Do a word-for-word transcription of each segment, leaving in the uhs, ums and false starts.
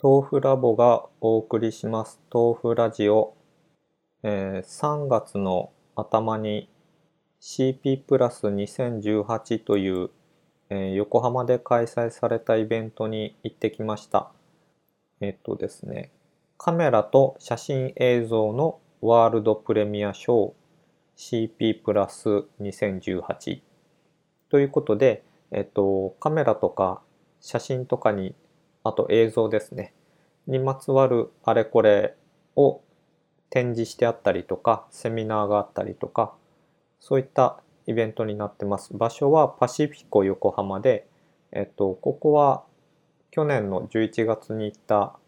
豆腐ラボがお送りします豆腐ラジオ、えーさんがつの頭に シーピー プラスにせんじゅうはちという、えー横浜で開催されたイベントに行ってきました。えっとですね、カメラと写真映像のワールドプレミアショー シーピー プラスにせんじゅうはちということで、えっと、カメラとか写真とかに、あと映像ですね、にまつわるあれこれを展示してあったりとか、セミナーがあったりとか、そういったイベントになってます。場所はパシフィコ横浜で、えっと、ここは去年のじゅういちがつに行った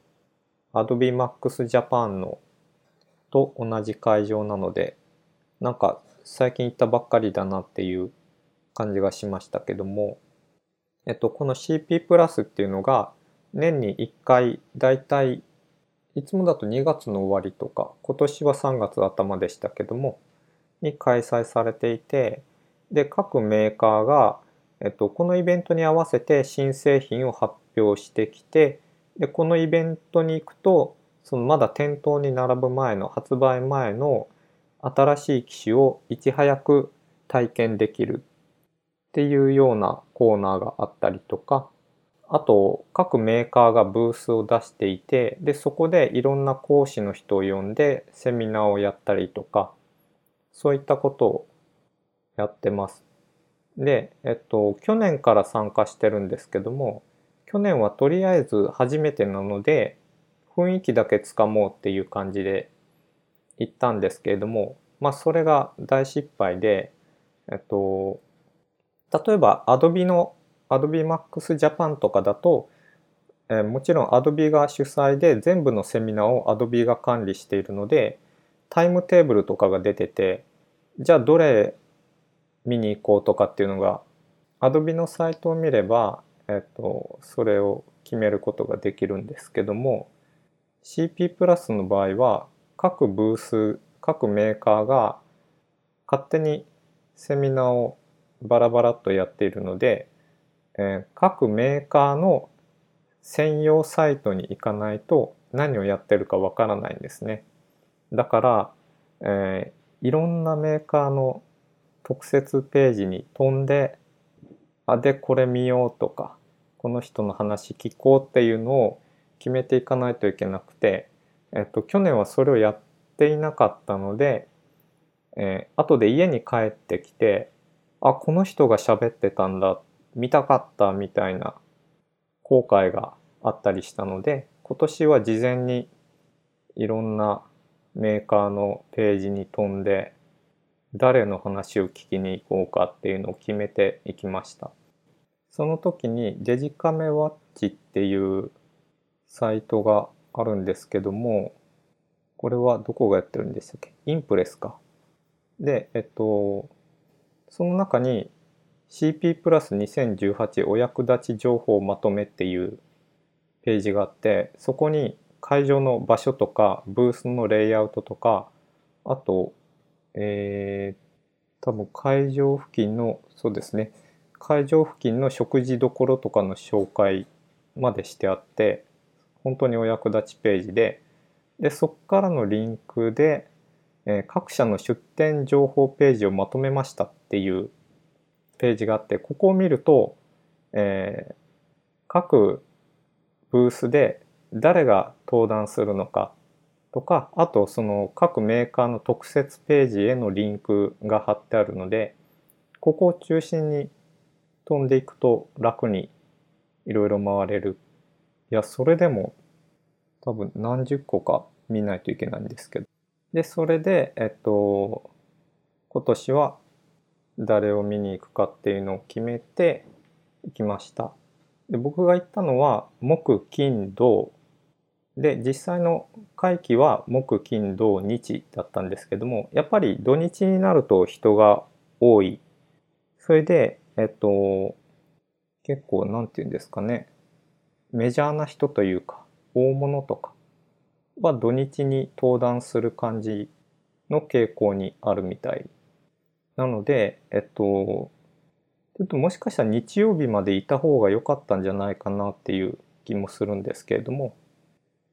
Adobe Max Japan のと同じ会場なので、なんか最近行ったばっかりだなっていう感じがしましたけども、えっと、この シーピー プラスっていうのが年にいっかいだいたいいつもだとにがつの終わりとか、今年はさんがつ頭でしたけども、に開催されていて、で、各メーカーが、えっと、このイベントに合わせて新製品を発表してきて、で、このイベントに行くと、そのまだ店頭に並ぶ前の発売前の新しい機種をいち早く体験できるっていうようなコーナーがあったりとか、あと各メーカーがブースを出していて、でそこでいろんな講師の人を呼んでセミナーをやったりとか、そういったことをやってます。で、えっと、去年から参加してるんですけども、去年はとりあえず初めてなので、雰囲気だけつかもうっていう感じで行ったんですけれども、まあそれが大失敗で、えっと、例えば Adobe の Adobe Max Japan とかだと、えーもちろん Adobe が主催で全部のセミナーを Adobe が管理しているので、タイムテーブルとかが出てて、じゃあどれ見に行こうとかっていうのが Adobe のサイトを見れば、えっと、それを決めることができるんですけども、 シーピー プラスの場合は各ブース各メーカーが勝手にセミナーをバラバラっとやっているので、えー各メーカーの専用サイトに行かないと何をやってるかわからないんですね。だから、えーいろんなメーカーの特設ページに飛んで、あ、で、これ見ようとか、この人の話聞こうっていうのを決めていかないといけなくて、えっと、去年はそれをやっていなかったので、えー後で家に帰ってきて、あ、この人が喋ってたんだ、見たかったみたいな後悔があったりしたので、今年は事前にいろんなメーカーのページに飛んで、誰の話を聞きに行こうかっていうのを決めていきました。その時にデジカメワッチっていうサイトがあるんですけども、これはどこがやってるんでしたっけ？インプレスか。で、えっと、その中に シーピー プラスにせんじゅうはちお役立ち情報まとめっていうページがあって、そこに会場の場所とかブースのレイアウトとか、あと、えー、多分会場付近の、そうですね、会場付近の食事どころとかの紹介までしてあって、本当にお役立ちページで、で、そこからのリンクで、えー各社の出店情報ページをまとめましたっていうページがあって、ここを見ると、えー各ブースで誰が登壇するのかとか、あとその各メーカーの特設ページへのリンクが貼ってあるので、ここを中心に飛んでいくと楽にいろいろ回れる。いや、それでも多分何十個か見ないといけないんですけど。で、それで、えっと、今年は誰を見に行くかっていうのを決めて行きました。で、僕が行ったのは木金土で、実際の会期は木金土日だったんですけども、やっぱり土日になると人が多い。それで、えっと、結構なんていうんですかね、メジャーな人というか、大物とかは土日に登壇する感じの傾向にあるみたい。なので、えっと、ちょっともしかしたら日曜日までいた方が良かったんじゃないかなっていう気もするんですけれども、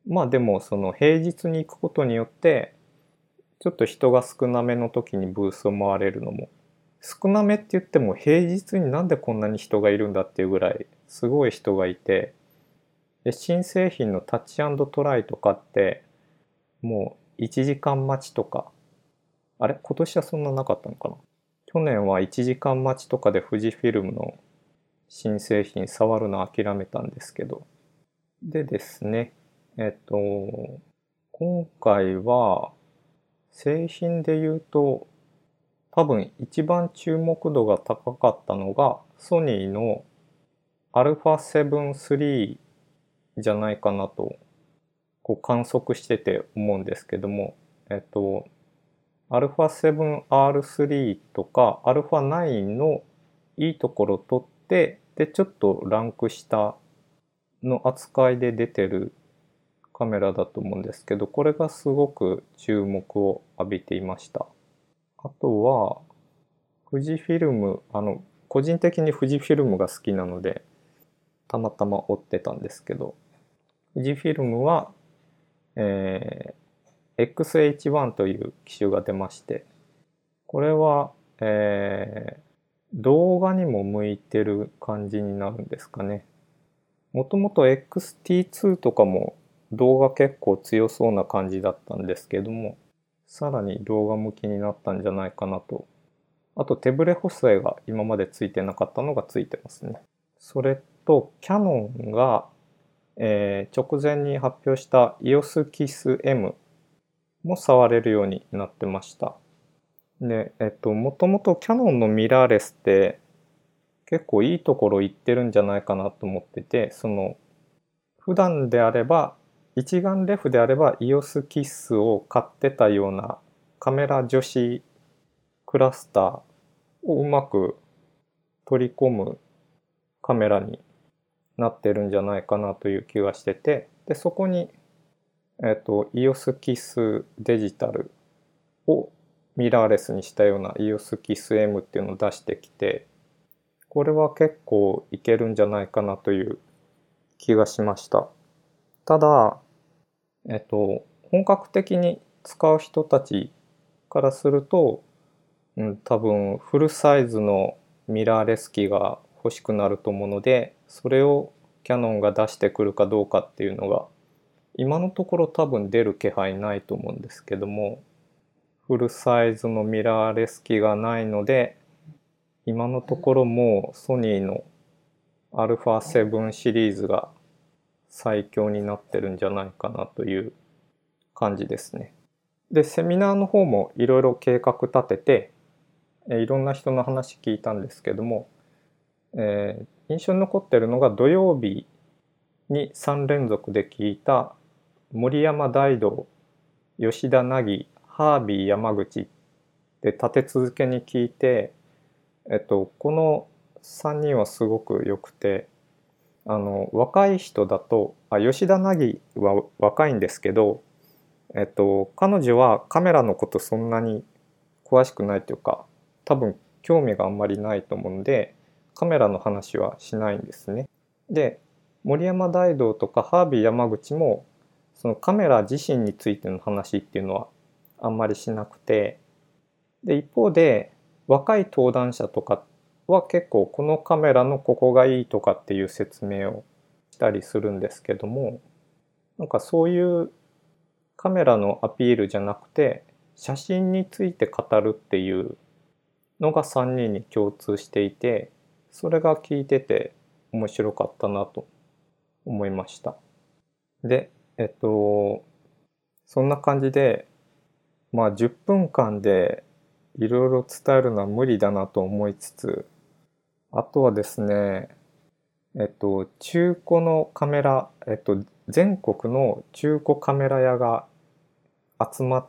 まあでもその平日に行くことによってちょっと人が少なめの時にブースを回れるのも、少なめって言っても平日になんでこんなに人がいるんだっていうぐらいすごい人がいて、で新製品のタッチ&トライとかってもういちじかん待ちとか、あれ今年はそんななかったのかな。去年はいちじかん待ちとかで富士フィルムの新製品触るの諦めたんですけど、でですね、えっと今回は製品で言うと多分一番注目度が高かったのがソニーの アルファセブンスリー じゃないかなとこう観測してて思うんですけども、えっと アルファセブンアールスリー とか アルファナイン のいいところを取って、でちょっとランク下の扱いで出てるカメラだと思うんですけど、これがすごく注目を浴びていました。あとは富士フィルム、あの個人的に富士フィルムが好きなのでたまたま追ってたんですけど、富士フィルムは、えー、エックスエイチワン という機種が出まして、これは、えー、動画にも向いてる感じになるんですかね。もともと エックスティーツー とかも動画結構強そうな感じだったんですけども、さらに動画向きになったんじゃないかなと。あと手ブレ補正が今までついてなかったのがついてますね。それとキヤノンが、えー、直前に発表した イーオーエス キス エム も触れるようになってました。で、えっと、もともとキヤノンのミラーレスって結構いいところ行ってるんじゃないかなと思ってて、その普段であれば一眼レフであれば イーオーエス キスを買ってたようなカメラ女子クラスターをうまく取り込むカメラになってるんじゃないかなという気がしてて、でそこに、えっと、イーオーエス キスデジタルをミラーレスにしたような イーオーエス キス エム っていうのを出してきて、これは結構いけるんじゃないかなという気がしました。ただ、えっと、本格的に使う人たちからすると、うん、多分フルサイズのミラーレス機が欲しくなると思うので、それをキヤノンが出してくるかどうかっていうのが今のところ多分出る気配ないと思うんですけども、フルサイズのミラーレス機がないので、今のところもうソニーの アルファセブン シリーズが最強になってるんじゃないかなという感じですね。で、セミナーの方もいろいろ計画立てて、いろんな人の話聞いたんですけども、えー、印象に残ってるのが土曜日にさん連続で聞いた森山大道、吉田凪、ハービー山口で立て続けに聞いて、えっと、このさんにんはすごく良くて、あの若い人だとあ吉田凪は若いんですけど、えっと、彼女はカメラのことそんなに詳しくないというか多分興味があんまりないと思うんでカメラの話はしないんですね。で森山大道とかハービー山口もそのカメラ自身についての話っていうのはあんまりしなくて、で一方で若い登壇者とかは結構このカメラのここがいいとかっていう説明をしたりするんですけども、なんかそういうカメラのアピールじゃなくて写真について語るっていうのがさんにんに共通していて、それが聞いてて面白かったなと思いました。で、えっとそんな感じでまあじゅっぷんかんでいろいろ伝えるのは無理だなと思いつつ、あとはですね、えっと、中古のカメラ、えっと、全国の中古カメラ屋が集まって、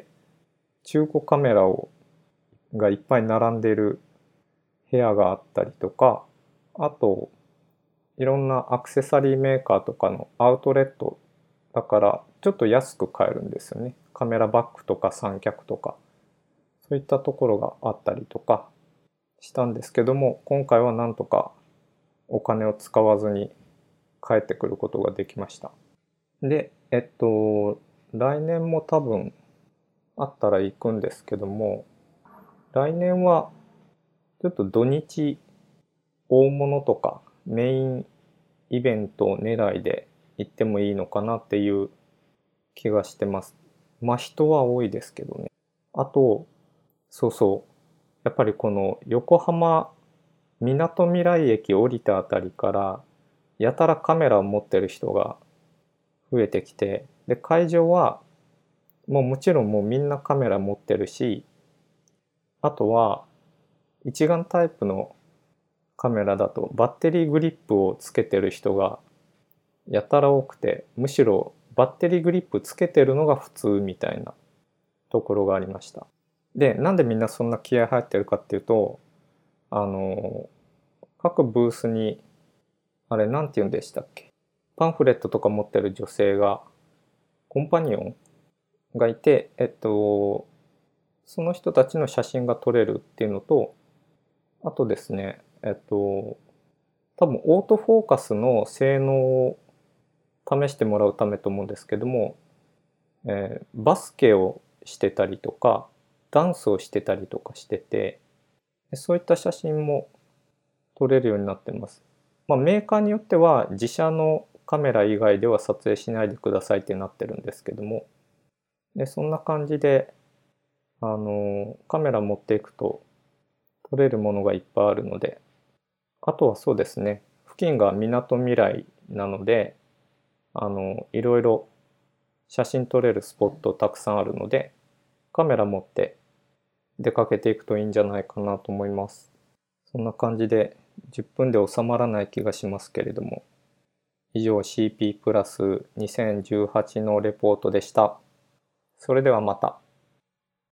中古カメラをがいっぱい並んでいる部屋があったりとか、あと、いろんなアクセサリーメーカーとかのアウトレットだから、ちょっと安く買えるんですよね。カメラバッグとか三脚とか、そういったところがあったりとかしたんですけども、今回はなんとかお金を使わずに帰ってくることができました。 で、えっと、来年も多分あったら行くんですけども、来年はちょっと土日大物とかメインイベント狙いで行ってもいいのかなっていう気がしてます。まあ人は多いですけどね。あと、そうそう、やっぱりこの横浜みなとみらい駅降りたあたりからやたらカメラを持ってる人が増えてきて、で会場はもうもちろんもうみんなカメラ持ってるし、あとは一眼タイプのカメラだとバッテリーグリップをつけてる人がやたら多くて、むしろバッテリーグリップつけてるのが普通みたいなところがありました。で、なんでみんなそんな気合入ってるかっていうと、あの各ブースにあれなんて言うんでしたっけ、パンフレットとか持ってる女性がコンパニオンがいて、えっとその人たちの写真が撮れるっていうのと、あとですね、えっと多分オートフォーカスの性能を試してもらうためと思うんですけども、えーバスケをしてたりとかダンスをしてたりとかしてて、そういった写真も撮れるようになってます。まあ、メーカーによっては自社のカメラ以外では撮影しないでくださいってなってるんですけども、でそんな感じであのカメラ持っていくと撮れるものがいっぱいあるので、あとはそうですね、付近がみなとみらいなので、あのいろいろ写真撮れるスポットたくさんあるので、カメラ持って出かけていくといいんじゃないかなと思います。そんな感じでじゅっぷんで収まらない気がしますけれども、以上 シーピー プラスにせんじゅうはちのレポートでした。それではまた。